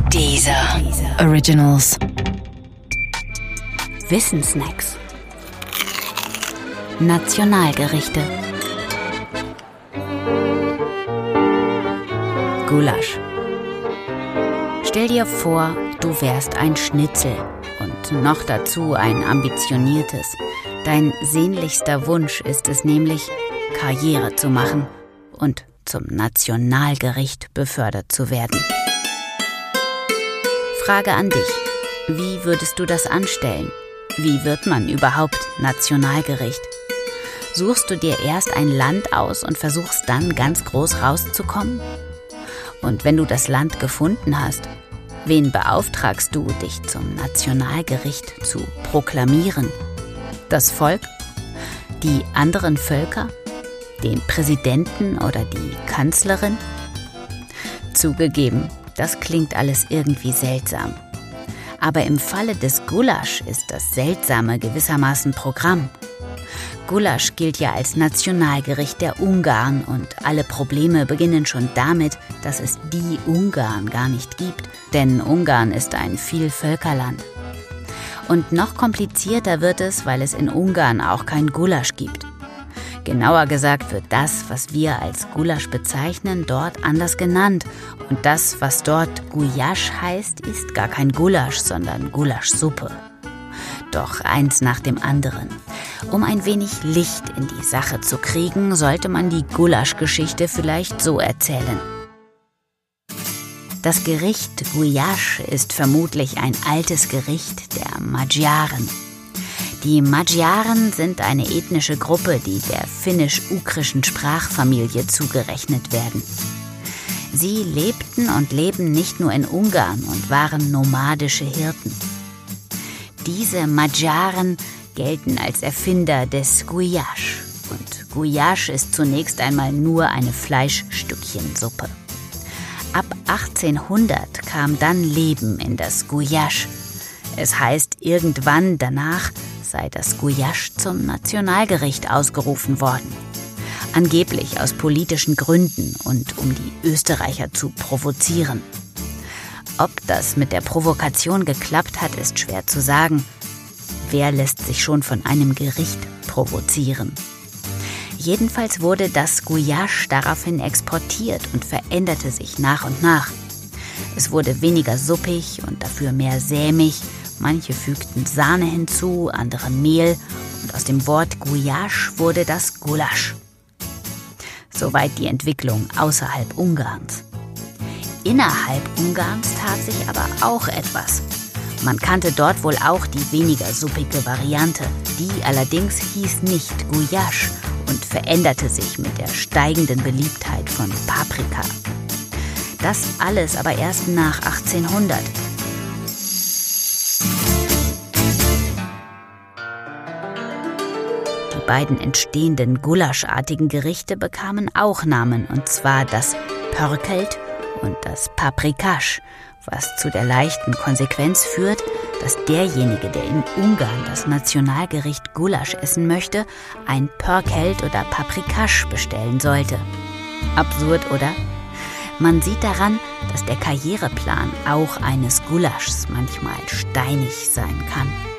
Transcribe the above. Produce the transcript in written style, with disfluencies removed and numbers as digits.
Deezer Originals. Wissensnacks. Nationalgerichte. Gulasch. Stell dir vor, du wärst ein Schnitzel und noch dazu ein ambitioniertes. Dein sehnlichster Wunsch ist es nämlich, Karriere zu machen und zum Nationalgericht befördert zu werden. Frage an dich: Wie würdest du das anstellen? Wie wird man überhaupt Nationalgericht? Suchst du dir erst ein Land aus und versuchst dann ganz groß rauszukommen? Und wenn du das Land gefunden hast, wen beauftragst du, dich zum Nationalgericht zu proklamieren? Das Volk? Die anderen Völker? Den Präsidenten oder die Kanzlerin? Zugegeben, das klingt alles irgendwie seltsam. Aber im Falle des Gulasch ist das Seltsame gewissermaßen Programm. Gulasch gilt ja als Nationalgericht der Ungarn und alle Probleme beginnen schon damit, dass es die Ungarn gar nicht gibt, denn Ungarn ist ein Vielvölkerland. Und noch komplizierter wird es, weil es in Ungarn auch kein Gulasch gibt. Genauer gesagt wird das, was wir als Gulasch bezeichnen, dort anders genannt. Und das, was dort Gulyás heißt, ist gar kein Gulasch, sondern Gulaschsuppe. Doch eins nach dem anderen. Um ein wenig Licht in die Sache zu kriegen, sollte man die Gulaschgeschichte vielleicht so erzählen. Das Gericht Gulyás ist vermutlich ein altes Gericht der Magyaren. Die Magyaren sind eine ethnische Gruppe, die der finnisch-ugrischen Sprachfamilie zugerechnet werden. Sie lebten und leben nicht nur in Ungarn und waren nomadische Hirten. Diese Magyaren gelten als Erfinder des Gulyás. Und Gulyás ist zunächst einmal nur eine Fleischstückchensuppe. Ab 1800 kam dann Leben in das Gulyás. Es heißt, irgendwann danach sei das Gulyás zum Nationalgericht ausgerufen worden. Angeblich aus politischen Gründen und um die Österreicher zu provozieren. Ob das mit der Provokation geklappt hat, ist schwer zu sagen. Wer lässt sich schon von einem Gericht provozieren? Jedenfalls wurde das Gulyás daraufhin exportiert und veränderte sich nach und nach. Es wurde weniger suppig und dafür mehr sämig. Manche fügten Sahne hinzu, andere Mehl und aus dem Wort Gulyás wurde das Gulasch. Soweit die Entwicklung außerhalb Ungarns. Innerhalb Ungarns tat sich aber auch etwas. Man kannte dort wohl auch die weniger suppige Variante. Die allerdings hieß nicht Gulyás und veränderte sich mit der steigenden Beliebtheit von Paprika. Das alles aber erst nach 1800. Die beiden entstehenden gulaschartigen Gerichte bekamen auch Namen, und zwar das Pörkelt und das Paprikás, was zu der leichten Konsequenz führt, dass derjenige, der in Ungarn das Nationalgericht Gulasch essen möchte, ein Pörkelt oder Paprikás bestellen sollte. Absurd, oder? Man sieht daran, dass der Karriereplan auch eines Gulaschs manchmal steinig sein kann.